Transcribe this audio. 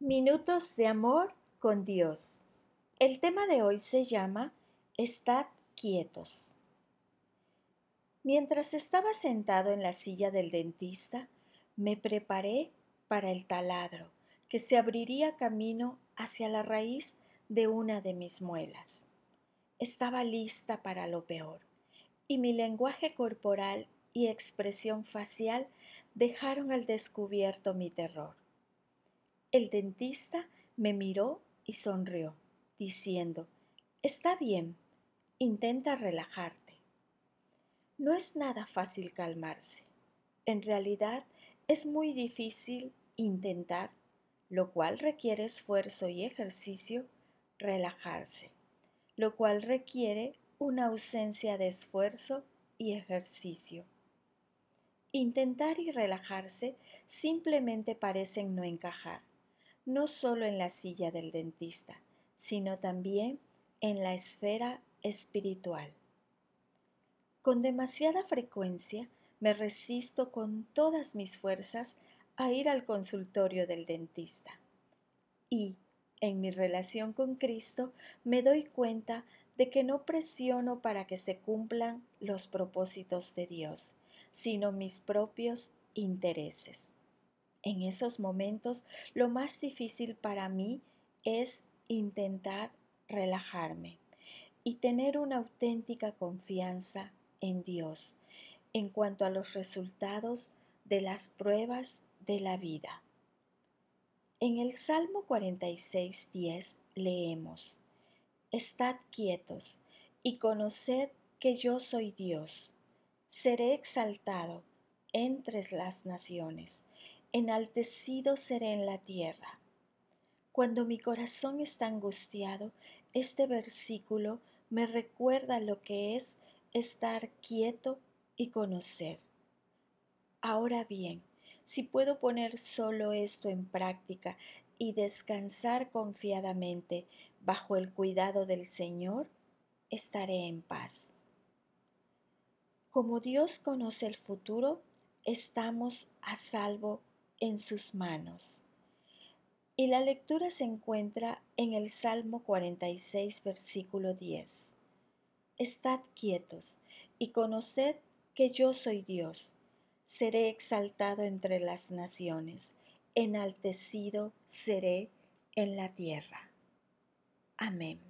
Minutos de amor con Dios. El tema de hoy se llama Estad quietos. Mientras estaba sentado en la silla del dentista, me preparé para el taladro que se abriría camino hacia la raíz de una de mis muelas. Estaba lista para lo peor, y mi lenguaje corporal y expresión facial dejaron al descubierto mi terror. El dentista me miró y sonrió, diciendo: «Está bien, intenta relajarte». No es nada fácil calmarse. En realidad es muy difícil intentar, lo cual requiere esfuerzo y ejercicio, relajarse, lo cual requiere una ausencia de esfuerzo y ejercicio. Intentar y relajarse simplemente parecen no encajar, no solo en la silla del dentista, sino también en la esfera espiritual. Con demasiada frecuencia me resisto con todas mis fuerzas a ir al consultorio del dentista. Y, en mi relación con Cristo, me doy cuenta de que no presiono para que se cumplan los propósitos de Dios, sino mis propios intereses. En esos momentos, lo más difícil para mí es intentar relajarme y tener una auténtica confianza en Dios en cuanto a los resultados de las pruebas de la vida. En el Salmo 46:10 leemos: «Estad quietos y conoced que yo soy Dios. Seré exaltado entre las naciones, enaltecido seré en la tierra». Cuando mi corazón está angustiado, este versículo me recuerda lo que es estar quieto y conocer. Ahora bien, si puedo poner solo esto en práctica y descansar confiadamente bajo el cuidado del Señor, estaré en paz. Como Dios conoce el futuro, estamos a salvo en sus manos. Y la lectura se encuentra en el Salmo 46, versículo 10. «Estad quietos y conoced que yo soy Dios. Seré exaltado entre las naciones, enaltecido seré en la tierra». Amén.